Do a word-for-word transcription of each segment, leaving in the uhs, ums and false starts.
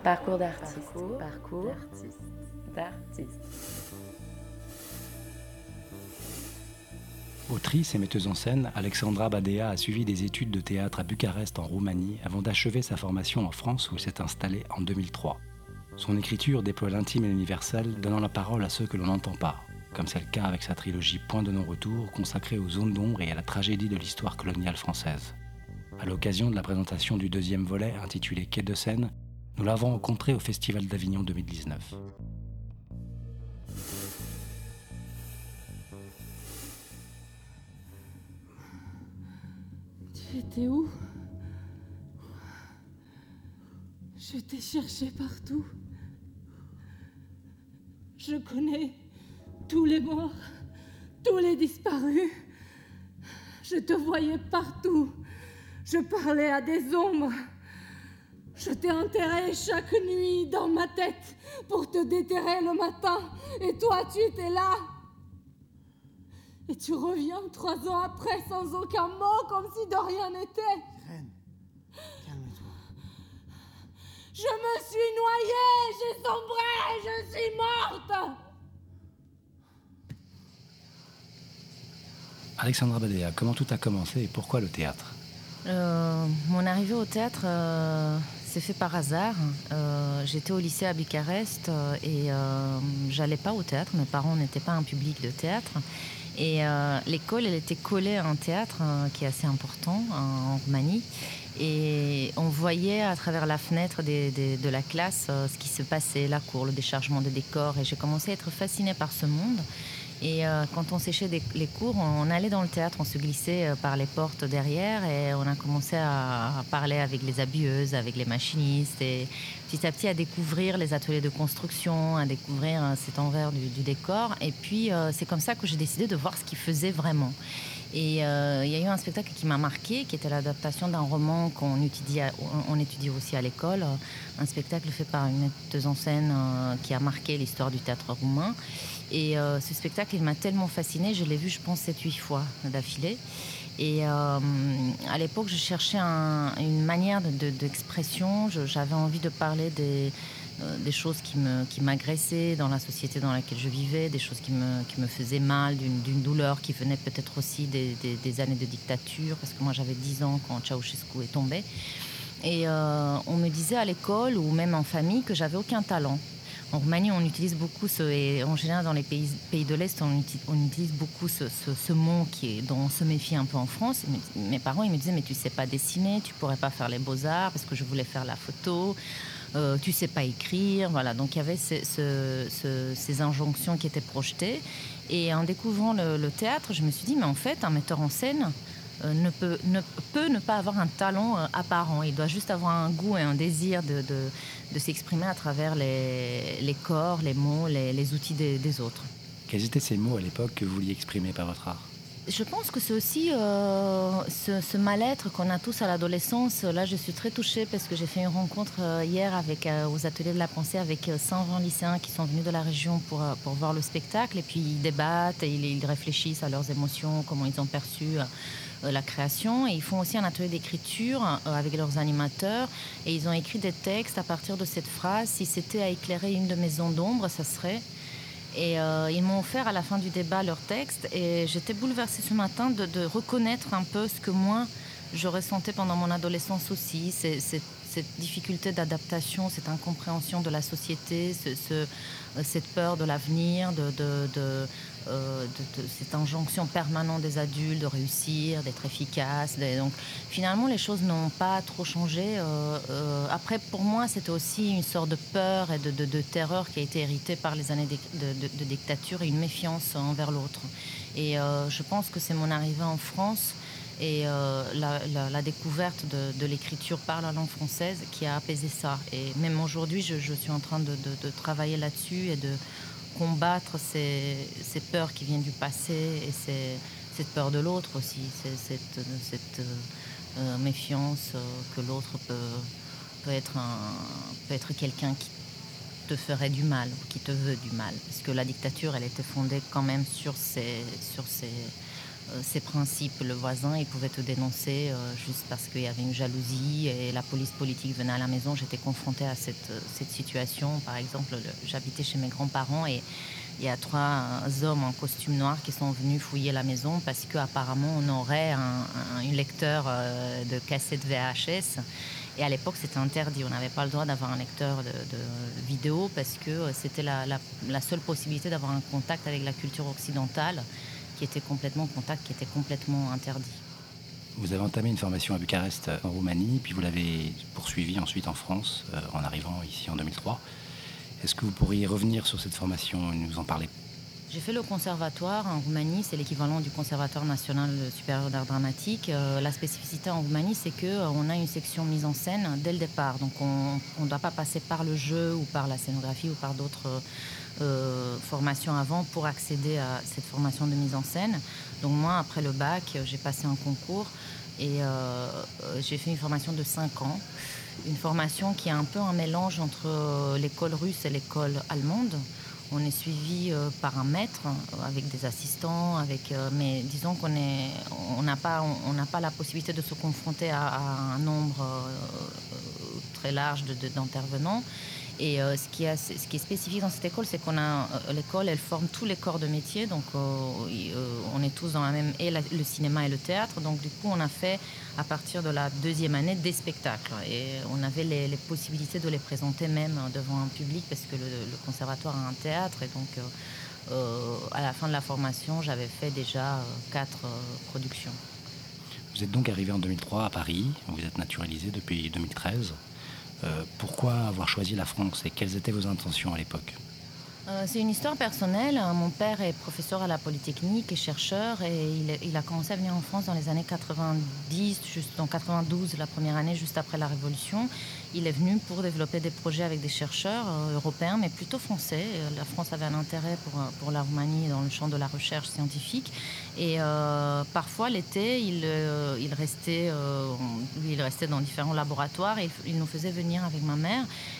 Parcours d'artiste. Parcours, Parcours d'artiste. d'artiste. Autrice et metteuse en scène, Alexandra Badea a suivi des études de théâtre à Bucarest en Roumanie avant d'achever sa formation en France où elle s'est installée en deux mille trois. Son écriture déploie l'intime et l'universel, donnant la parole à ceux que l'on n'entend pas, comme c'est le cas avec sa trilogie Point de non-retour, consacrée aux zones d'ombre et à la tragédie de l'histoire coloniale française. À l'occasion de la présentation du deuxième volet, intitulé Quai de Seine, nous l'avons rencontrée au Festival d'Avignon deux mille dix-neuf. Tu étais où? Je t'ai cherché partout. Je connais tous les morts, tous les disparus. Je te voyais partout. Je parlais à des ombres. Je t'ai enterré chaque nuit dans ma tête pour te déterrer le matin. Et toi, tu étais là. Et tu reviens trois ans après sans aucun mot, comme si de rien n'était. Irène, calme-toi. Je me suis noyée, j'ai sombré, je suis morte. Alexandra Badea, comment tout a commencé et pourquoi le théâtre ? euh, Mon arrivée au théâtre euh, s'est fait par hasard. Euh, j'étais au lycée à Bucarest euh, et euh, j'allais pas au théâtre. Mes parents n'étaient pas un public de théâtre. Et euh, l'école, elle était collée à un théâtre euh, qui est assez important euh, en Roumanie. Et on voyait à travers la fenêtre des, des, de la classe euh, ce qui se passait, la cour, le déchargement de décors. Et j'ai commencé à être fascinée par ce monde. Et euh, quand on séchait des, les cours, on allait dans le théâtre, on se glissait euh, par les portes derrière et on a commencé à, à parler avec les habilleuses, avec les machinistes et petit à petit à découvrir les ateliers de construction, à découvrir euh, cet envers du, du décor. Et puis euh, c'est comme ça que j'ai décidé de voir ce qu'ils faisaient vraiment. Et euh, il y a eu un spectacle qui m'a marqué, qui était l'adaptation d'un roman qu'on étudie, à, on étudie aussi à l'école, un spectacle fait par une metteuse en scène euh, qui a marqué l'histoire du théâtre roumain. Et euh, ce spectacle, il m'a tellement fascinée, je l'ai vu, je pense, sept huit fois d'affilée. Et euh, à l'époque, je cherchais un, une manière de, de, d'expression, je, j'avais envie de parler des... des choses qui, me, qui m'agressaient dans la société dans laquelle je vivais, des choses qui me, qui me faisaient mal, d'une, d'une douleur qui venait peut-être aussi des, des, des années de dictature, parce que moi j'avais dix ans quand Ceausescu est tombé. Et euh, on me disait à l'école ou même en famille que j'avais aucun talent. En Roumanie, on utilise beaucoup ce, et en général dans les pays, pays de l'Est, on utilise, on utilise beaucoup ce, ce, ce mot qui est, dont on se méfie un peu en France. Mes parents ils me disaient mais tu sais pas dessiner, tu pourrais pas faire les beaux-arts parce que je voulais faire la photo. Euh, tu sais pas écrire, voilà. Donc il y avait ce, ce, ce, ces injonctions qui étaient projetées. Et en découvrant le, le théâtre, je me suis dit, mais en fait, un metteur en scène euh, ne, peut, ne peut ne pas avoir un talent euh, apparent. Il doit juste avoir un goût et un désir de, de, de s'exprimer à travers les, les corps, les mots, les, les outils des, des autres. Quels étaient ces mots à l'époque que vous vouliez exprimer par votre art ? Je pense que c'est aussi euh, ce, ce mal-être qu'on a tous à l'adolescence. Là, je suis très touchée parce que j'ai fait une rencontre euh, hier avec, euh, aux Ateliers de la Pensée avec euh, cent vingt lycéens qui sont venus de la région pour, euh, pour voir le spectacle. Et puis, ils débattent, et ils, ils réfléchissent à leurs émotions, comment ils ont perçu euh, la création. Et ils font aussi un atelier d'écriture euh, avec leurs animateurs. Et ils ont écrit des textes à partir de cette phrase. Si c'était à éclairer une de mes zones d'ombre, ça serait... Et euh, ils m'ont offert à la fin du débat leur texte et j'étais bouleversée ce matin de, de reconnaître un peu ce que moi je ressentais pendant mon adolescence aussi, c'est, c'est, cette difficulté d'adaptation, cette incompréhension de la société, ce, ce, cette peur de l'avenir, de, de, de, euh, de, de cette injonction permanente des adultes de réussir, d'être efficace. De, donc finalement les choses n'ont pas trop changé. Euh, euh, après pour moi c'était aussi une sorte de peur et de, de, de terreur qui a été héritée par les années de, de, de, de dictature et une méfiance envers l'autre. Et euh, je pense que c'est mon arrivée en France et euh, la, la, la découverte de, de l'écriture par la langue française qui a apaisé ça. Et même aujourd'hui, je, je suis en train de, de, de travailler là-dessus et de combattre ces, ces peurs qui viennent du passé et ces, cette peur de l'autre aussi, c'est, cette, cette euh, méfiance que l'autre peut, peut, être un, peut être quelqu'un qui te ferait du mal ou qui te veut du mal. Parce que la dictature, elle était fondée quand même sur ces... Sur ces euh, ses principes. Le voisin, il pouvait te dénoncer euh, juste parce qu'il y avait une jalousie et la police politique venait à la maison. J'étais confrontée à cette, cette situation. Par exemple, le, j'habitais chez mes grands-parents et il y a trois hommes en costume noir qui sont venus fouiller la maison parce qu'apparemment on aurait un, un, un lecteur euh, de cassette V H S. Et à l'époque, c'était interdit. On n'avait pas le droit d'avoir un lecteur de, de vidéo parce que c'était la, la, la seule possibilité d'avoir un contact avec la culture occidentale qui était complètement contact, qui était complètement interdit. Vous avez entamé une formation à Bucarest, en Roumanie, puis vous l'avez poursuivie ensuite en France, euh, en arrivant ici en deux mille trois. Est-ce que vous pourriez revenir sur cette formation et nous en parler ? J'ai fait le conservatoire en Roumanie, c'est l'équivalent du Conservatoire national supérieur d'art dramatique. Euh, la spécificité en Roumanie, c'est qu'on a une section mise en scène dès le départ. Donc on ne doit pas passer par le jeu ou par la scénographie ou par d'autres euh, formations avant pour accéder à cette formation de mise en scène. Donc moi, après le bac, j'ai passé un concours et euh, j'ai fait une formation de cinq ans. Une formation qui est un peu un mélange entre l'école russe et l'école allemande. On est suivi euh, par un maître, euh, avec des assistants, avec, euh, mais disons qu'on est, on n'a pas, on n'a pas la possibilité de se confronter à, à un nombre euh, très large de, de, d'intervenants. Et euh, ce, qui est, ce qui est spécifique dans cette école, c'est qu'on a euh, l'école, elle forme tous les corps de métier, donc euh, euh, on est tous dans la même, et la, le cinéma et le théâtre. Donc du coup, on a fait à partir de la deuxième année des spectacles et on avait les, les possibilités de les présenter même devant un public parce que le, le conservatoire a un théâtre et donc euh, euh, à la fin de la formation, j'avais fait déjà euh, quatre euh, productions. Vous êtes donc arrivé en deux mille trois à Paris, vous êtes naturalisé depuis deux mille treize. Euh, pourquoi avoir choisi la France et quelles étaient vos intentions à l'époque ? Euh, c'est une histoire personnelle. Mon père est professeur à la Polytechnique et chercheur et il, il a commencé à venir en France dans les années quatre-vingt-dix, juste en quatre-vingt-douze, la première année juste après la Révolution. Il est venu pour développer des projets avec des chercheurs euh, européens, mais plutôt français. La France avait un intérêt pour, pour la Roumanie dans le champ de la recherche scientifique. Et euh, parfois, l'été, il, euh, il, restait, euh, lui, il restait dans différents laboratoires et il, il nous faisait venir avec ma mère.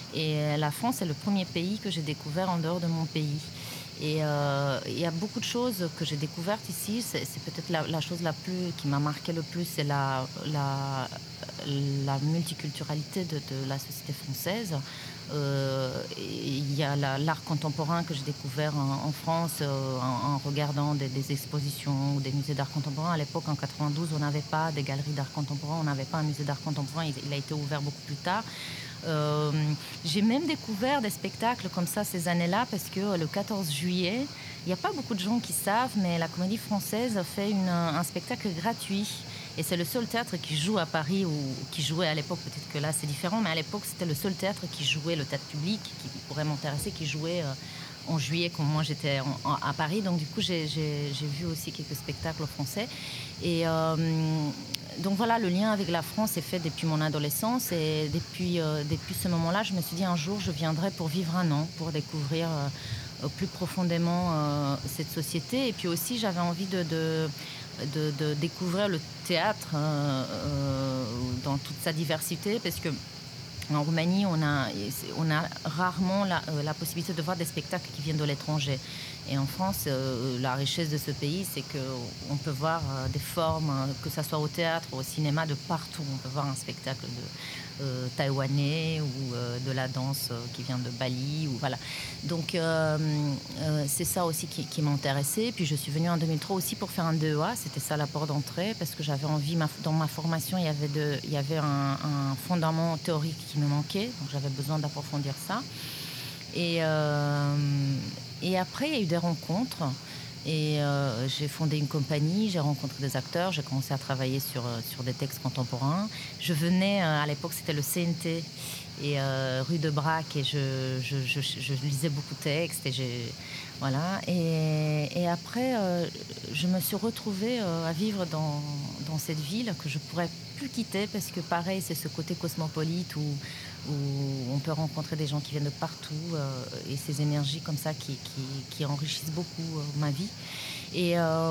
Et la France est le premier pays que j'ai découvert en dehors de mon pays. Et euh, il y a beaucoup de choses que j'ai découvertes ici. C'est, c'est peut-être la, la chose la plus, qui m'a marqué le plus, c'est la, la, la multiculturalité de, de la société française. Euh, il y a la, l'art contemporain que j'ai découvert en, en France euh, en, en regardant des, des expositions ou des musées d'art contemporain. À l'époque, en quatre-vingt-douze, on n'avait pas des galeries d'art contemporain, on n'avait pas un musée d'art contemporain. Il, il a été ouvert beaucoup plus tard. Euh, j'ai même découvert des spectacles comme ça ces années-là parce que le quatorze juillet, il n'y a pas beaucoup de gens qui savent, mais la Comédie Française fait une, un spectacle gratuit. Et c'est le seul théâtre qui joue à Paris, ou qui jouait à l'époque, peut-être que là c'est différent, mais à l'époque c'était le seul théâtre qui jouait, le théâtre public, qui pourrait m'intéresser, qui jouait euh, en juillet quand moi j'étais en, en, à Paris. Donc du coup j'ai, j'ai, j'ai vu aussi quelques spectacles français. Et euh, donc voilà, le lien avec la France est fait depuis mon adolescence. Et depuis, euh, depuis ce moment-là, je me suis dit un jour je viendrai pour vivre un an, pour découvrir euh, plus profondément euh, cette société. Et puis aussi j'avais envie de... de De, de découvrir le théâtre euh, euh, dans toute sa diversité parce que en Roumanie on a, on a rarement la, euh, la possibilité de voir des spectacles qui viennent de l'étranger et en France euh, la richesse de ce pays c'est qu'on peut voir euh, des formes euh, que ce soit au théâtre ou au cinéma de partout. On peut voir un spectacle de Euh, taïwanais ou euh, de la danse euh, qui vient de Bali ou voilà. Donc euh, euh, c'est ça aussi qui, qui m'intéressait. Puis je suis venue en deux mille trois aussi pour faire un D E A. C'était ça la porte d'entrée parce que j'avais envie, ma, dans ma formation il y avait, de, il y avait un, un fondament théorique qui me manquait, donc j'avais besoin d'approfondir ça. Et, euh, et après il y a eu des rencontres. Et euh, j'ai fondé une compagnie, j'ai rencontré des acteurs, j'ai commencé à travailler sur, sur des textes contemporains. Je venais, euh, à l'époque c'était le C N T, et euh, rue de Brac, et je, je, je, je lisais beaucoup de textes. Et, j'ai, voilà. et, et après, euh, je me suis retrouvée euh, à vivre dans, dans cette ville que je ne pourrais plus quitter, parce que pareil, c'est ce côté cosmopolite où, où on peut rencontrer des gens qui viennent de partout, euh, et ces énergies comme ça qui, qui, qui enrichissent beaucoup euh, ma vie. Et euh,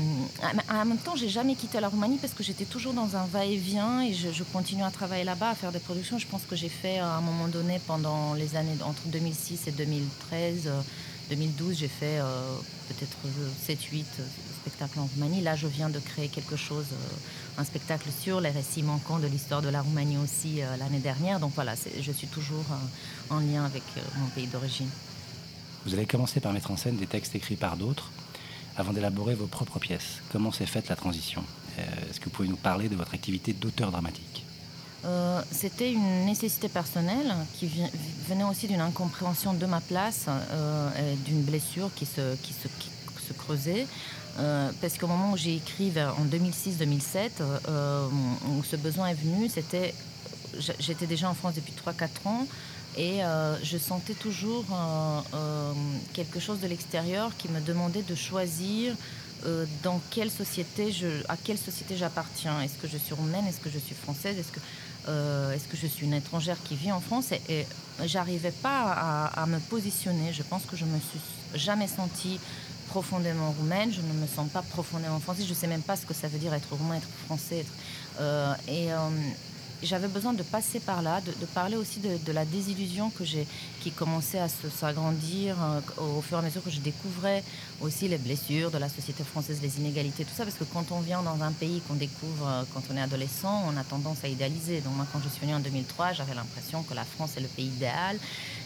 en même temps, j'ai jamais quitté la Roumanie parce que j'étais toujours dans un va-et-vient et je, je continue à travailler là-bas, à faire des productions. Je pense que j'ai fait à un moment donné, pendant les années entre deux mille six et deux mille treize, deux mille douze, j'ai fait euh, peut-être sept huit spectacles en Roumanie. Là, je viens de créer quelque chose, euh, un spectacle sur les récits manquants de l'histoire de la Roumanie aussi euh, l'année dernière. Donc voilà, c'est, je suis toujours euh, en lien avec euh, mon pays d'origine. Vous avez commencé par mettre en scène des textes écrits par d'autres avant d'élaborer vos propres pièces. Comment s'est faite la transition ? euh, Est-ce que vous pouvez nous parler de votre activité d'auteur dramatique ? Euh, c'était une nécessité personnelle qui vi- venait aussi d'une incompréhension de ma place, euh, et d'une blessure qui se, qui se, qui se creusait. Euh, parce qu'au moment où j'ai écrit, vers, en deux mille six deux mille sept, euh, où ce besoin est venu, c'était, j'étais déjà en France depuis trois quatre ans et euh, je sentais toujours euh, euh, quelque chose de l'extérieur qui me demandait de choisir euh, dans quelle société je, à quelle société j'appartiens. Est-ce que je suis roumaine? Est-ce que je suis française? Est-ce que Euh, est-ce que je suis une étrangère qui vit en France? Et, et j'arrivais pas à, à me positionner. Je pense que je me suis jamais sentie profondément roumaine. Je ne me sens pas profondément française. Je sais même pas ce que ça veut dire être roumain, être français. Être, euh, et euh, j'avais besoin de passer par là, de, de parler aussi de, de la désillusion que j'ai, qui commençait à se, s'agrandir euh, au fur et à mesure que je découvrais aussi les blessures de la société française, les inégalités, tout ça, parce que quand on vient dans un pays qu'on découvre euh, quand on est adolescent, on a tendance à idéaliser. Donc moi, quand je suis venue en deux mille trois, j'avais l'impression que la France est le pays idéal,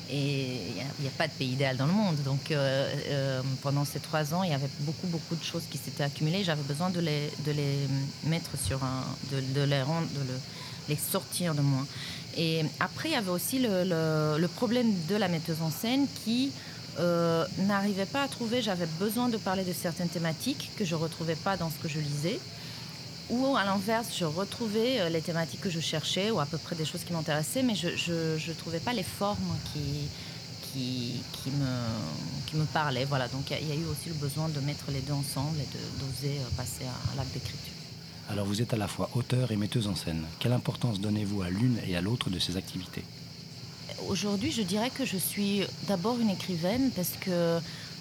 et il n'y a, a pas de pays idéal dans le monde. Donc euh, euh, pendant ces trois ans, il y avait beaucoup, beaucoup de choses qui s'étaient accumulées. J'avais besoin de les, de les mettre sur un... de, de les rendre... De le, les sortir de moi. Et après, il y avait aussi le, le, le problème de la metteuse en scène qui euh, n'arrivait pas à trouver, j'avais besoin de parler de certaines thématiques que je ne retrouvais pas dans ce que je lisais, ou à l'inverse, je retrouvais les thématiques que je cherchais, ou à peu près des choses qui m'intéressaient, mais je ne trouvais pas les formes qui, qui, qui, me, qui me parlaient. Voilà. Donc il y, y a eu aussi le besoin de mettre les deux ensemble et de, d'oser passer à, à l'acte d'écriture. Alors vous êtes à la fois auteur et metteuse en scène. Quelle importance donnez-vous à l'une et à l'autre de ces activités ? Aujourd'hui, je dirais que je suis d'abord une écrivaine parce que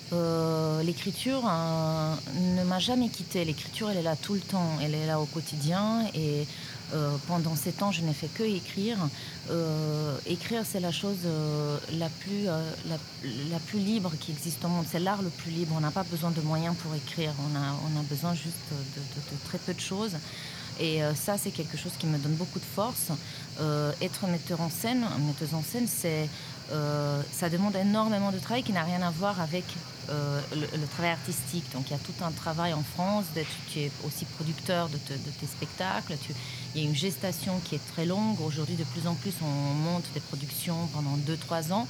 euh, l'écriture euh, ne m'a jamais quittée. L'écriture, elle est là tout le temps, elle est là au quotidien et euh, pendant sept ans, je n'ai fait que écrire. Euh, écrire, c'est la chose euh, la, plus, euh, la, la plus libre qui existe au monde. C'est l'art le plus libre. On n'a pas besoin de moyens pour écrire. On a, on a besoin juste de, de, de très peu de choses. Et euh, ça, c'est quelque chose qui me donne beaucoup de force. Euh, être metteur en scène, metteuse en scène, c'est, euh, ça demande énormément de travail qui n'a rien à voir avec euh, le, le travail artistique. Donc il y a tout un travail en France. Tu es aussi producteur de, te, de tes spectacles. Tu, il y a une gestation qui est très longue. Aujourd'hui, de plus en plus, on monte des productions pendant deux trois ans.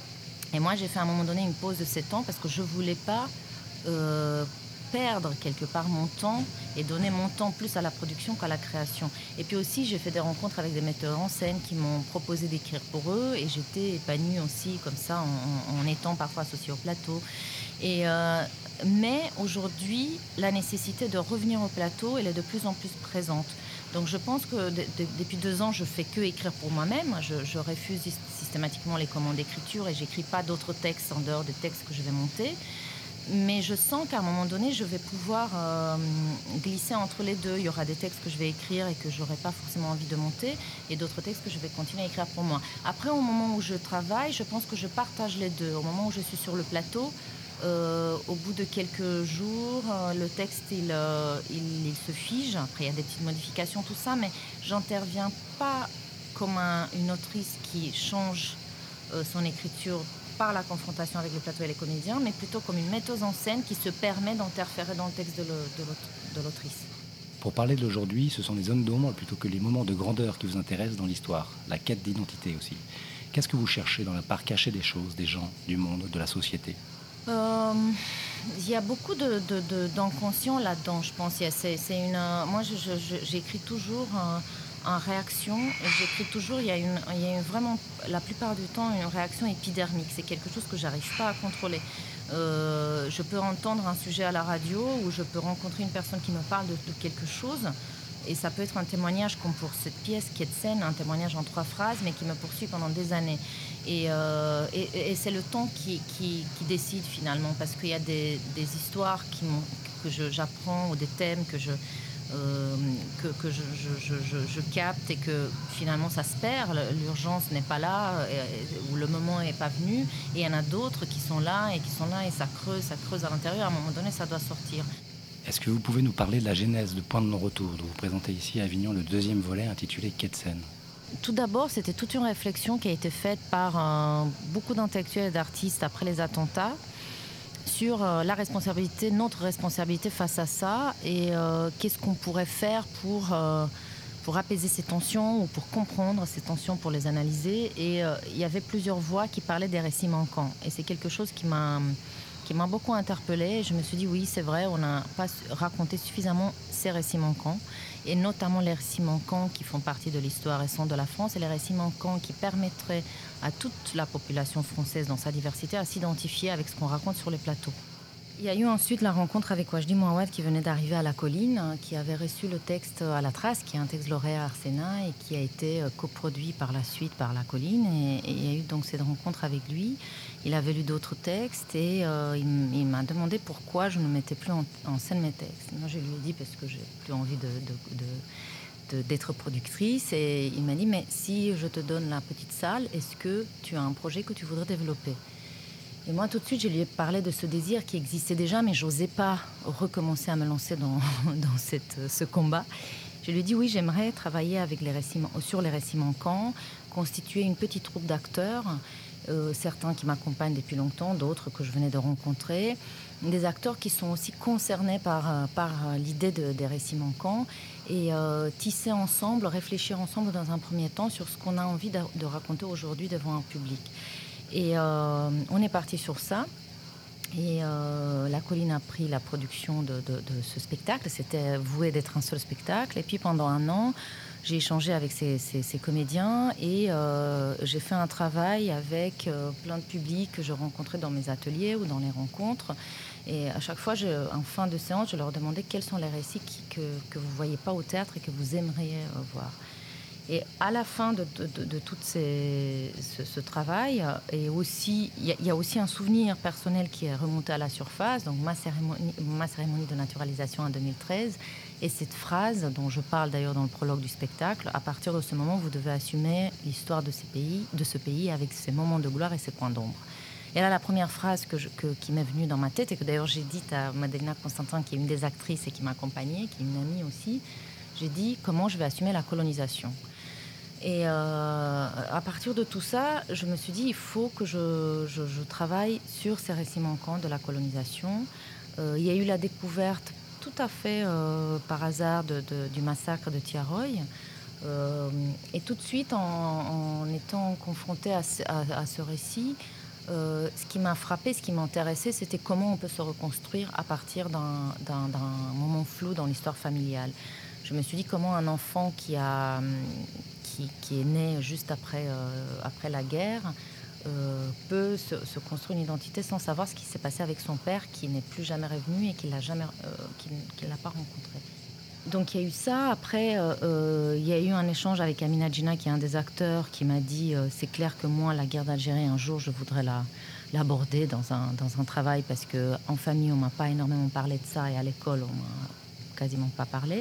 Et moi, j'ai fait à un moment donné une pause de sept ans parce que je ne voulais pas... Euh, perdre quelque part mon temps et donner mon temps plus à la production qu'à la création. Et puis aussi, j'ai fait des rencontres avec des metteurs en scène qui m'ont proposé d'écrire pour eux et j'étais épanouie aussi comme ça en, en étant parfois associée au plateau. Et euh, mais aujourd'hui, la nécessité de revenir au plateau, elle est de plus en plus présente. Donc je pense que de, de, depuis deux ans, je fais que écrire pour moi-même. Je, je refuse systématiquement les commandes d'écriture et j'écris pas d'autres textes en dehors des textes que je vais monter. Mais je sens qu'à un moment donné, je vais pouvoir euh, glisser entre les deux. Il y aura des textes que je vais écrire et que je n'aurai pas forcément envie de monter, et d'autres textes que je vais continuer à écrire pour moi. Après, au moment où je travaille, je pense que je partage les deux. Au moment où je suis sur le plateau, euh, au bout de quelques jours, euh, le texte, il, euh, il, il se fige. Après, il y a des petites modifications, tout ça, mais j'interviens pas comme un, une autrice qui change euh, son écriture par la confrontation avec le plateau et les comédiens, mais plutôt comme une metteuse en scène qui se permet d'interférer dans le texte de, le, de, de l'autrice. Pour parler de l'aujourd'hui, ce sont les zones d'ombre plutôt que les moments de grandeur qui vous intéressent dans l'histoire, la quête d'identité aussi. Qu'est-ce que vous cherchez dans la part cachée des choses, des gens, du monde, de la société ? Euh, il y a beaucoup de, de, de, d'inconscient là-dedans, je pense. C'est, c'est une, moi, je, je, j'écris toujours en, en réaction. Et j'écris toujours, il y a, une, il y a une, vraiment, la plupart du temps, une réaction épidermique. C'est quelque chose que je n'arrive pas à contrôler. Euh, je peux entendre un sujet à la radio ou je peux rencontrer une personne qui me parle de, de quelque chose. Et ça peut être un témoignage comme pour cette pièce qui est de scène, un témoignage en trois phrases, mais qui me poursuit pendant des années. Et, euh, et, et c'est le temps qui, qui, qui décide finalement, parce qu'il y a des, des histoires qui que je, j'apprends ou des thèmes que je, euh, que, que je, je, je, je capte et que finalement ça se perd, l'urgence n'est pas là, et, ou le moment n'est pas venu, et il y en a d'autres qui sont là et qui sont là et ça creuse, ça creuse à l'intérieur, à un moment donné ça doit sortir. Est-ce que vous pouvez nous parler de la genèse de Point de non-retour, dont vous présentez ici à Avignon le deuxième volet intitulé Quai de Seine? Tout d'abord, c'était toute une réflexion qui a été faite par euh, beaucoup d'intellectuels et d'artistes après les attentats sur euh, la responsabilité, notre responsabilité face à ça et euh, qu'est-ce qu'on pourrait faire pour, euh, pour apaiser ces tensions ou pour comprendre ces tensions, pour les analyser. Et euh, il y avait plusieurs voix qui parlaient des récits manquants. Et c'est quelque chose qui m'a... qui m'a beaucoup interpellée. Je me suis dit, oui, c'est vrai, on n'a pas raconté suffisamment ces récits manquants, et notamment les récits manquants qui font partie de l'histoire récente de la France, et les récits manquants qui permettraient à toute la population française, dans sa diversité, à s'identifier avec ce qu'on raconte sur les plateaux. Il y a eu ensuite la rencontre avec Wajdi Mouawad qui venait d'arriver à La Colline, qui avait reçu le texte à la Trace, qui est un texte lauréat Arsena et qui a été coproduit par la suite par La Colline. Et, et il y a eu donc cette rencontre avec lui. Il avait lu d'autres textes et euh, il, il m'a demandé pourquoi je ne mettais plus en, en scène mes textes. Moi, je lui ai dit parce que j'ai plus envie de, de, de, de, d'être productrice. Et il m'a dit, mais si je te donne la petite salle, est-ce que tu as un projet que tu voudrais développer ? Et moi, tout de suite, je lui ai parlé de ce désir qui existait déjà, mais je n'osais pas recommencer à me lancer dans, dans cette, ce combat. Je lui ai dit, oui, j'aimerais travailler avec les récits, sur les récits manquants, constituer une petite troupe d'acteurs, euh, certains qui m'accompagnent depuis longtemps, d'autres que je venais de rencontrer, des acteurs qui sont aussi concernés par, par l'idée de, des récits manquants, et euh, tisser ensemble, réfléchir ensemble dans un premier temps sur ce qu'on a envie de, de raconter aujourd'hui devant un public. Et euh, on est parti sur ça. Et euh, La Colline a pris la production de, de, de ce spectacle. C'était voué d'être un seul spectacle. Et puis pendant un an, j'ai échangé avec ces, ces, ces comédiens et euh, j'ai fait un travail avec euh, plein de publics que je rencontrais dans mes ateliers ou dans les rencontres. Et à chaque fois, je, en fin de séance, je leur demandais quels sont les récits qui, que, que vous ne voyez pas au théâtre et que vous aimeriez euh, voir. Et à la fin de, de, de, de tout ces, ce, ce travail, et aussi, il y, y a aussi un souvenir personnel qui est remonté à la surface, donc ma cérémonie, ma cérémonie de naturalisation en deux mille treize, et cette phrase dont je parle d'ailleurs dans le prologue du spectacle, à partir de ce moment, vous devez assumer l'histoire de, ces pays, de ce pays avec ses moments de gloire et ses points d'ombre. Et là, la première phrase que je, que, qui m'est venue dans ma tête, et que d'ailleurs j'ai dite à Madeleine Constantin, qui est une des actrices et qui m'accompagnait, qui est une amie aussi, j'ai dit comment je vais assumer la colonisation. Et euh, à partir de tout ça, je me suis dit, il faut que je, je, je travaille sur ces récits manquants de la colonisation. Euh, il y a eu la découverte tout à fait euh, par hasard de, de, du massacre de Tiaroy. Euh, et tout de suite, en, en étant confrontée à, à, à ce récit, euh, ce qui m'a frappée, ce qui m'intéressait, c'était comment on peut se reconstruire à partir d'un, d'un, d'un moment flou dans l'histoire familiale. Je me suis dit comment un enfant qui, a, qui, qui est né juste après, euh, après la guerre euh, peut se, se construire une identité sans savoir ce qui s'est passé avec son père qui n'est plus jamais revenu et qu'il n'a jamais, euh, qu'il, qu'il n'a pas rencontré. Donc il y a eu ça. Après, euh, euh, il y a eu un échange avec Amina Djina, qui est un des acteurs, qui m'a dit euh, c'est clair que moi, la guerre d'Algérie, un jour, je voudrais la, l'aborder dans un, dans un travail parce qu'en famille, on ne m'a pas énormément parlé de ça et à l'école, on ne m'a quasiment pas parlé.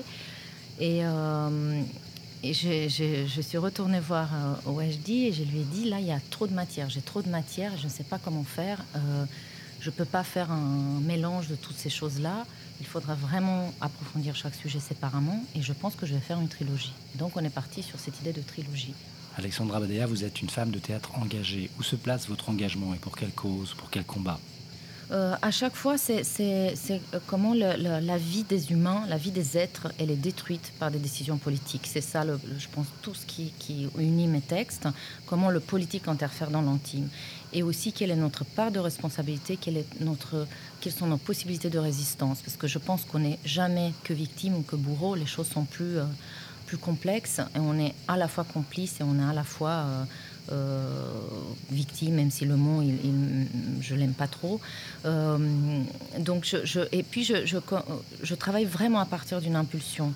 Et, euh, et j'ai, j'ai, je suis retournée voir euh, Wajdi et je lui ai dit, là, il y a trop de matière, j'ai trop de matière, je ne sais pas comment faire. Euh, je ne peux pas faire un mélange de toutes ces choses-là. Il faudra vraiment approfondir chaque sujet séparément et je pense que je vais faire une trilogie. Donc, on est parti sur cette idée de trilogie. Alexandra Badea, vous êtes une femme de théâtre engagée. Où se place votre engagement et pour quelle cause, pour quel combat ? Euh, à chaque fois, c'est, c'est, c'est comment le, le, la vie des humains, la vie des êtres, elle est détruite par des décisions politiques. C'est ça, le, le, je pense, tout ce qui, qui unit mes textes, comment le politique interfère dans l'intime. Et aussi, quelle est notre part de responsabilité, quelle est notre, quelles sont nos possibilités de résistance. Parce que je pense qu'on n'est jamais que victime ou que bourreau, les choses sont plus, euh, plus complexes. Et on est à la fois complice et on est à la fois... Euh, Euh, victime, même si le mot, il, il, je l'aime pas trop. Euh, donc, je, je, et puis je, je, je travaille vraiment à partir d'une impulsion.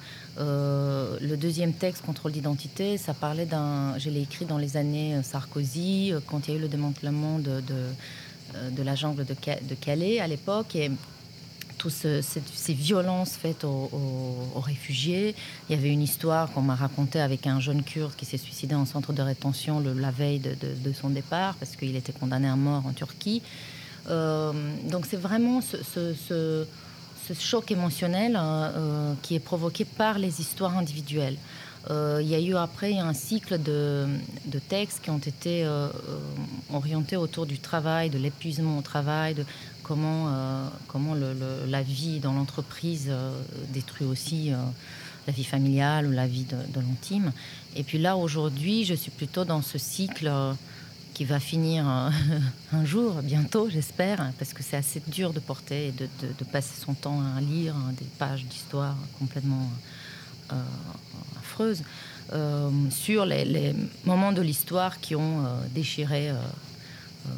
Euh, le deuxième texte, Contrôle d'identité, ça parlait d'un. Je l'ai écrit dans les années Sarkozy, quand il y a eu le démantèlement de, de, de la jungle de, de Calais à l'époque, et toutes ce, ces violences faites aux, aux, aux réfugiés. Il y avait une histoire qu'on m'a racontée avec un jeune Kurde qui s'est suicidé en centre de rétention le, la veille de, de, de son départ parce qu'il était condamné à mort en Turquie. Euh, donc c'est vraiment ce, ce, ce, ce choc émotionnel euh, qui est provoqué par les histoires individuelles. Euh, il y a eu après un cycle de, de textes qui ont été euh, orientés autour du travail, de l'épuisement au travail, de comment, euh, comment le, le, la vie dans l'entreprise euh, détruit aussi euh, la vie familiale ou la vie de, de l'intime. Et puis là, aujourd'hui, je suis plutôt dans ce cycle euh, qui va finir euh, un jour, bientôt, j'espère, parce que c'est assez dur de porter et de, de, de passer son temps à lire hein, des pages d'histoire complètement... Euh, affreuse, euh, sur les, les moments de l'histoire qui ont euh, déchiré euh, euh,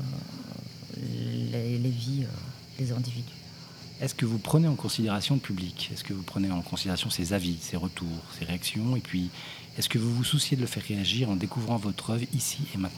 les, les vies euh, des individus. Est-ce que vous prenez en considération le public ? Est-ce que vous prenez en considération ses avis, ses retours, ses réactions ? Et puis, est-ce que vous vous souciez de le faire réagir en découvrant votre œuvre ici et maintenant ?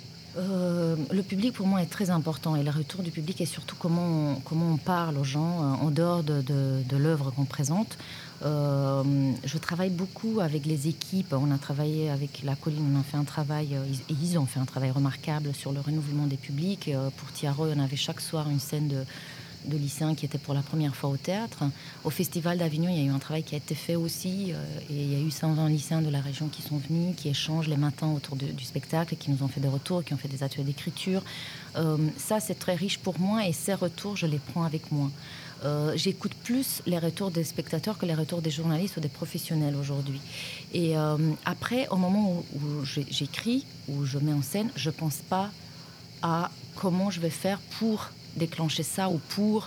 Euh, le public pour moi est très important et le retour du public et surtout comment on, comment on parle aux gens euh, en dehors de, de, de l'œuvre qu'on présente. Euh, je travaille beaucoup avec les équipes. On a travaillé avec La Colline, on a fait un travail, euh, ils, ils ont fait un travail remarquable sur le renouvellement des publics. Euh, pour Tiaroy, on avait chaque soir une scène de, de lycéens qui étaient pour la première fois au théâtre. Au Festival d'Avignon, il y a eu un travail qui a été fait aussi euh, et il y a eu cent vingt lycéens de la région qui sont venus, qui échangent les matins autour de, du spectacle, qui nous ont fait des retours, qui ont fait des ateliers d'écriture. Euh, ça, c'est très riche pour moi et ces retours, je les prends avec moi. Euh, j'écoute plus les retours des spectateurs que les retours des journalistes ou des professionnels aujourd'hui. Et euh, après, au moment où, où j'écris, où je mets en scène, je ne pense pas à comment je vais faire pour déclencher ça ou pour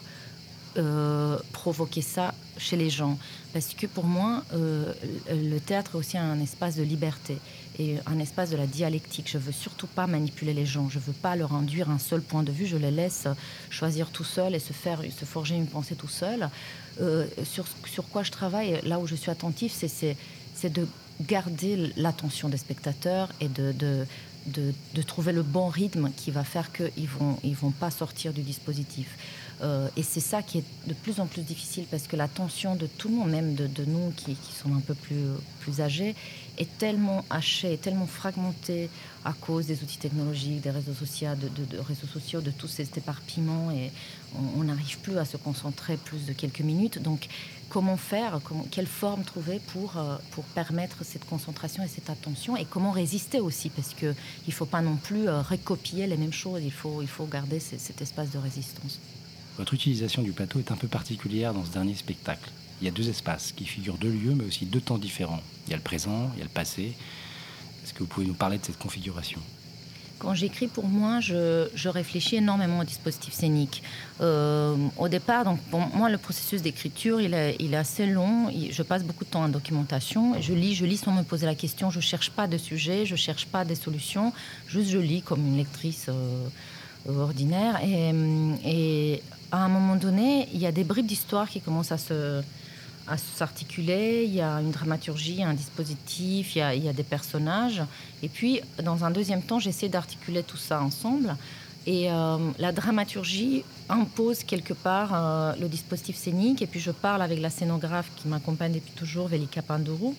euh, provoquer ça chez les gens. Parce que pour moi, euh, le théâtre est aussi un espace de liberté et un espace de la dialectique. Je ne veux surtout pas manipuler les gens. Je ne veux pas leur induire un seul point de vue. Je les laisse choisir tout seul et se, faire, se forger une pensée tout seul. Euh, sur, sur quoi je travaille, là où je suis attentif, c'est, c'est, c'est de garder l'attention des spectateurs et de... de De, de trouver le bon rythme qui va faire qu'ils ne vont, ils vont pas sortir du dispositif. Euh, et c'est ça qui est de plus en plus difficile parce que l'attention de tout le monde, même de, de nous qui, qui sommes un peu plus, plus âgés, est tellement hachée, tellement fragmentée à cause des outils technologiques, des réseaux sociaux, de, de, de, réseaux sociaux, de tout cet éparpillement et on n'arrive plus à se concentrer plus de quelques minutes. Donc, comment faire, comment, quelle forme trouver pour, euh, pour permettre cette concentration et cette attention et comment résister aussi parce qu'il ne faut pas non plus euh, recopier les mêmes choses, il faut, il faut garder c- cet espace de résistance. Votre utilisation du plateau est un peu particulière dans ce dernier spectacle. Il y a deux espaces qui figurent deux lieux mais aussi deux temps différents. Il y a le présent, il y a le passé. Est-ce que vous pouvez nous parler de cette configuration ? Quand j'écris pour moi, je, je réfléchis énormément au dispositif scénique. Euh, au départ, donc, pour moi, le processus d'écriture, il est, il est assez long. Je passe beaucoup de temps en documentation. Je lis, je lis sans me poser la question. Je ne cherche pas de sujet, je ne cherche pas des solutions. Juste, je lis comme une lectrice euh, ordinaire. Et, et à un moment donné, il y a des bribes d'histoire qui commencent à se... à s'articuler, il y a une dramaturgie, un dispositif, il y a, il y a des personnages. Et puis, dans un deuxième temps, j'essaie d'articuler tout ça ensemble. Et euh, la dramaturgie impose quelque part euh, le dispositif scénique. Et puis, je parle avec la scénographe qui m'accompagne depuis toujours, Velika Pandourou.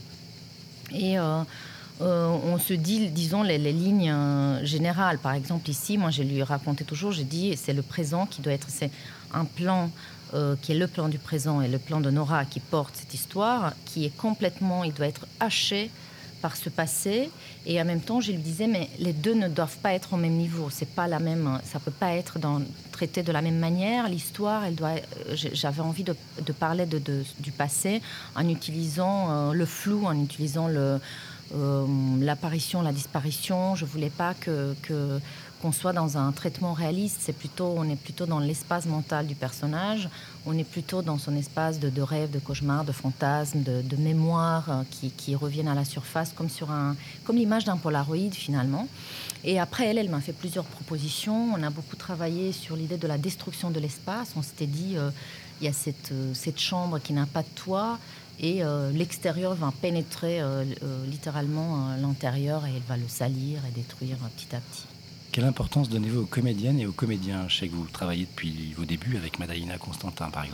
Et euh, euh, on se dit, disons, les, les lignes euh, générales. Par exemple, ici, moi, je lui racontais toujours, j'ai dit, c'est le présent qui doit être... C'est un plan... Euh, qui est le plan du présent et le plan de Nora qui porte cette histoire, qui est complètement, il doit être haché par ce passé. Et en même temps, je lui disais, mais les deux ne doivent pas être au même niveau. C'est pas la même, ça peut pas être dans, traité de la même manière. L'histoire, elle doit. J'avais envie de, de parler de, de, du passé en utilisant euh, le flou, en utilisant le, euh, l'apparition, la disparition. Je voulais pas que, que qu'on soit dans un traitement réaliste, c'est plutôt, on est plutôt dans l'espace mental du personnage, on est plutôt dans son espace de, de rêve, de cauchemar, de fantasme, de, de mémoire euh, qui, qui reviennent à la surface comme, sur un, comme l'image d'un Polaroid finalement. Et après, elle, elle m'a fait plusieurs propositions. On a beaucoup travaillé sur l'idée de la destruction de l'espace. On s'était dit, euh, il y a cette, euh, cette chambre qui n'a pas de toit et euh, l'extérieur va pénétrer euh, euh, littéralement euh, l'intérieur et elle va le salir et détruire euh, petit à petit. Quelle importance donnez-vous aux comédiennes et aux comédiens? Je sais que vous travaillez depuis vos débuts avec Madalina Constantin, par exemple.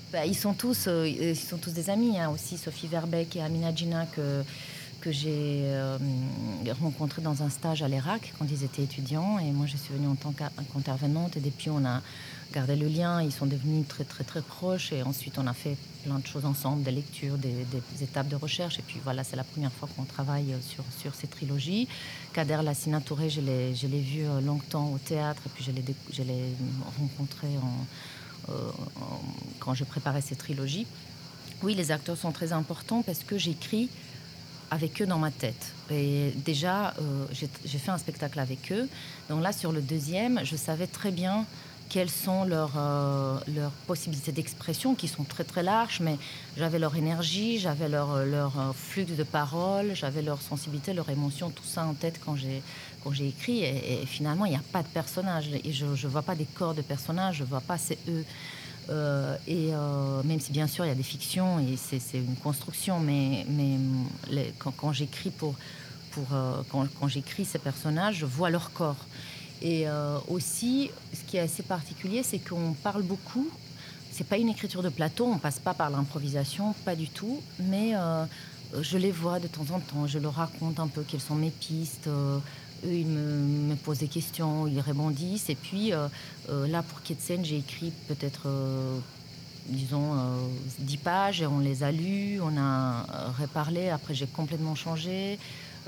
Bah, ils sont tous, euh, ils sont tous des amis, hein, aussi Sophie Verbeek et Amina Gina que, que j'ai euh, rencontrés dans un stage à l'E R A C quand ils étaient étudiants. Et moi, je suis venue en tant qu'intervenante. Et depuis, on a gardé le lien. Ils sont devenus très, très, très proches. Et ensuite, on a fait plein de choses ensemble, des lectures, des, des étapes de recherche. Et puis voilà, c'est la première fois qu'on travaille sur, sur ces trilogies. Kader Lassina Touré, je l'ai, je l'ai vu longtemps au théâtre. Et puis, je l'ai, je l'ai rencontré en, euh, en, quand je préparais ces trilogies. Oui, les acteurs sont très importants parce que j'écris avec eux dans ma tête. Et déjà, euh, j'ai, j'ai fait un spectacle avec eux. Donc là, sur le deuxième, je savais très bien quelles sont leurs, euh, leurs possibilités d'expression, qui sont très très larges, mais j'avais leur énergie, j'avais leur, leur flux de parole, j'avais leur sensibilité, leur émotion, tout ça en tête quand j'ai, quand j'ai écrit. Et, et finalement, il n'y a pas de personnage. Et je ne vois pas des corps de personnages, je ne vois pas, c'est eux. Euh, et euh, même si bien sûr il y a des fictions et c'est, c'est une construction, mais, mais les, quand, quand j'écris pour, pour euh, quand, quand j'écris ces personnages, je vois leur corps. Et euh, aussi, ce qui est assez particulier, c'est qu'on parle beaucoup. C'est pas une écriture de plateau, on passe pas par l'improvisation, pas du tout, mais euh, je les vois de temps en temps, je leur raconte un peu quelles sont mes pistes. Euh, eux, ils me, me posent des questions, ils rebondissent. Et puis euh, euh, là, pour Ketsen, j'ai écrit peut-être, euh, disons, euh, dix pages et on les a lues, on a reparlé. Après, j'ai complètement changé.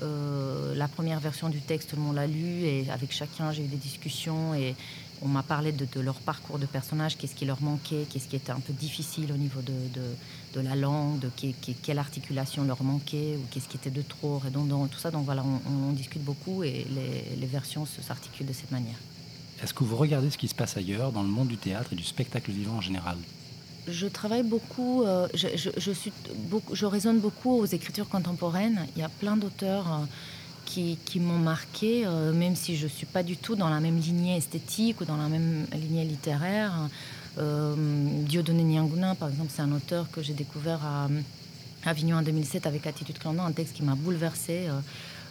Euh, la première version du texte, tout le monde l'a lu et avec chacun, j'ai eu des discussions et on m'a parlé de, de leur parcours de personnage, qu'est-ce qui leur manquait, qu'est-ce qui était un peu difficile au niveau de, de, de la langue, de que, que, quelle articulation leur manquait ou qu'est-ce qui était de trop redondant, tout ça. Donc voilà, on, on discute beaucoup et les, les versions s'articulent de cette manière. Est-ce que vous regardez ce qui se passe ailleurs dans le monde du théâtre et du spectacle vivant en général ? Je travaille beaucoup, euh, je, je, je, suis beaucoup, je raisonne beaucoup aux écritures contemporaines. Il y a plein d'auteurs euh, qui, qui m'ont marqué, euh, même si je ne suis pas du tout dans la même lignée esthétique ou dans la même lignée littéraire. Euh, Dieudonné Nianguna, par exemple, c'est un auteur que j'ai découvert à, à Avignon en deux mille sept avec Attitude Clandin, un texte qui m'a bouleversée. Euh,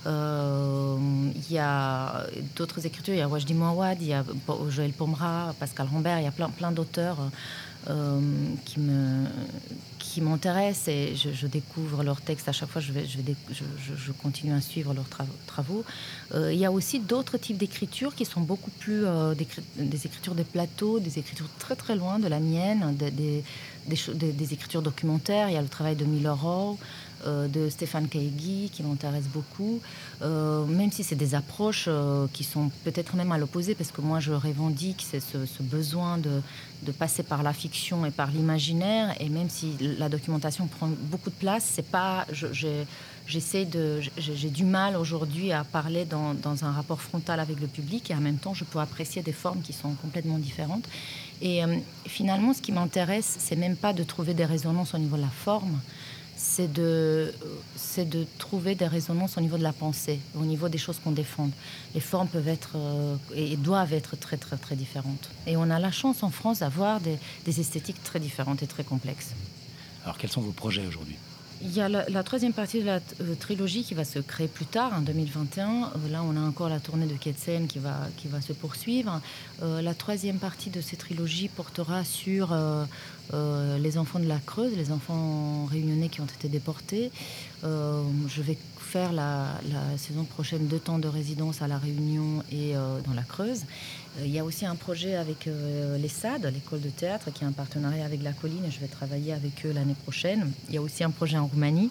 Euh, il y a d'autres écritures, il y a Wajdi Mouawad, il y a Joël Pomera, Pascal Rambert, il y a plein, plein d'auteurs euh, qui, me, qui m'intéressent et je, je découvre leurs textes à chaque fois, je, vais, je, vais, je, je continue à suivre leurs travaux. Euh, il y a aussi d'autres types d'écritures qui sont beaucoup plus euh, des, des écritures de plateau, des écritures très très loin de la mienne, des, des, des, des écritures documentaires. Il y a le travail de Miller Rowe, Euh, de Stéphane Kaegi qui m'intéresse beaucoup, euh, même si c'est des approches euh, qui sont peut-être même à l'opposé, parce que moi je revendique c'est ce, ce besoin de, de passer par la fiction et par l'imaginaire, et même si la documentation prend beaucoup de place, c'est pas, je, j'ai, j'essaie de, j'ai, j'ai du mal aujourd'hui à parler dans, dans un rapport frontal avec le public, et en même temps je peux apprécier des formes qui sont complètement différentes. Et euh, finalement, ce qui m'intéresse, c'est même pas de trouver des résonances au niveau de la forme, c'est de, c'est de trouver des résonances au niveau de la pensée, au niveau des choses qu'on défend. Les formes peuvent être euh, et doivent être très, très, très différentes. Et on a la chance en France d'avoir des, des esthétiques très différentes et très complexes. Alors, quels sont vos projets aujourd'hui ? Il y a la, la troisième partie de la euh, trilogie qui va se créer plus tard, en deux mille vingt et un. Euh, là, on a encore la tournée de Ketsen qui va, qui va se poursuivre. Euh, la troisième partie de cette trilogie portera sur euh, euh, les enfants de la Creuse, les enfants réunionnais qui ont été déportés. Euh, je vais faire la, la saison prochaine deux temps de résidence à La Réunion et euh, dans la Creuse. Il y a aussi un projet avec euh, les S A D, l'école de théâtre, qui est un partenariat avec La Colline, et je vais travailler avec eux l'année prochaine. Il y a aussi un projet en Roumanie.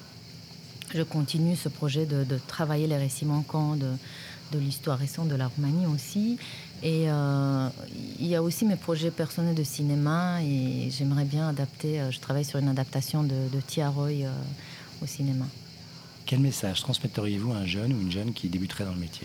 Je continue ce projet de, de travailler les récits manquants de, de l'histoire récente de la Roumanie aussi. Et euh, il y a aussi mes projets personnels de cinéma, et j'aimerais bien adapter, euh, je travaille sur une adaptation de, de Tia Roy euh, au cinéma. Quel message transmetteriez-vous à un jeune ou une jeune qui débuterait dans le métier ?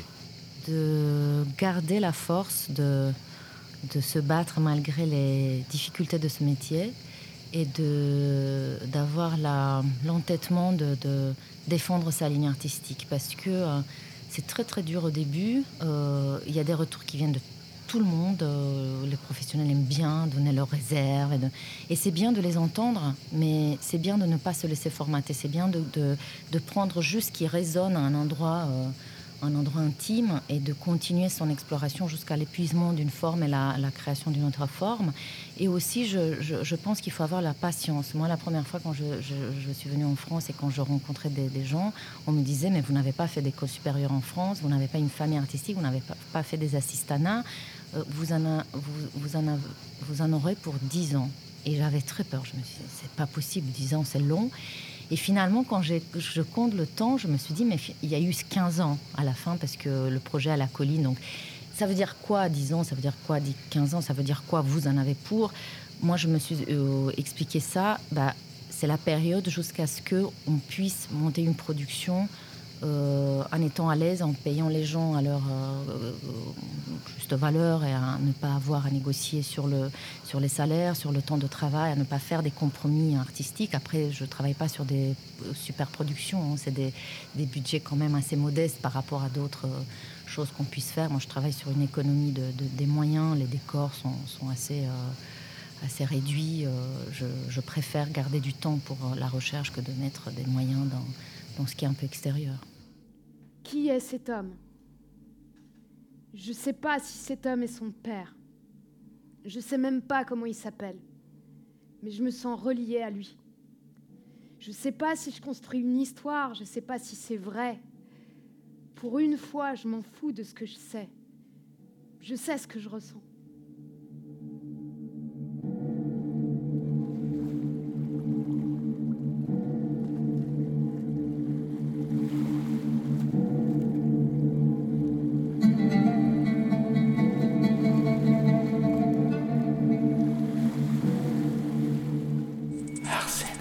De garder la force de, de se battre malgré les difficultés de ce métier et de, d'avoir la, l'entêtement de, de défendre sa ligne artistique, parce que euh, c'est très très dur au début. Euh, il y a des retours qui viennent de tout le monde. Euh, les professionnels aiment bien donner leurs réserves et, de, et c'est bien de les entendre, mais c'est bien de ne pas se laisser formater. C'est bien de, de, de prendre juste ce qui résonne à un endroit euh, un endroit intime et de continuer son exploration jusqu'à l'épuisement d'une forme et la, la création d'une autre forme. Et aussi, je, je, je pense qu'il faut avoir la patience. Moi, la première fois quand je, je, je suis venue en France et quand je rencontrais des, des gens, on me disait « mais vous n'avez pas fait d'école supérieure en France, vous n'avez pas une famille artistique, vous n'avez pas, pas fait des assistanats, euh, vous, en a, vous, vous, en avez, vous en aurez pour dix ans ». Et j'avais très peur. Je me suis dit « c'est pas possible, dix ans, c'est long ». Et finalement, quand j'ai, je compte le temps, je me suis dit, mais il y a eu quinze ans à la fin, parce que le projet à la colline, donc ça veut dire quoi, dix ans, ça veut dire quoi, quinze ans, ça veut dire quoi, vous en avez pour. Moi, je me suis euh, expliqué ça, bah, c'est la période jusqu'à ce qu'on puisse monter une production euh, en étant à l'aise, en payant les gens à leur euh, juste valeur et à ne pas avoir à négocier sur, le, sur les salaires, sur le temps de travail, à ne pas faire des compromis artistiques. Après, je ne travaille pas sur des super productions, hein. C'est des, des budgets quand même assez modestes par rapport à d'autres euh, choses qu'on puisse faire. Moi, je travaille sur une économie de, de, des moyens, les décors sont, sont assez... Euh, assez réduits. Euh, je, je préfère garder du temps pour la recherche que de mettre des moyens dans, dans ce qui est un peu extérieur. Qui est cet homme ? Je ne sais pas si cet homme est son père. Je ne sais même pas comment il s'appelle. Mais je me sens reliée à lui. Je ne sais pas si je construis une histoire, je ne sais pas si c'est vrai. Pour une fois, je m'en fous de ce que je sais. Je sais ce que je ressens. Arsène.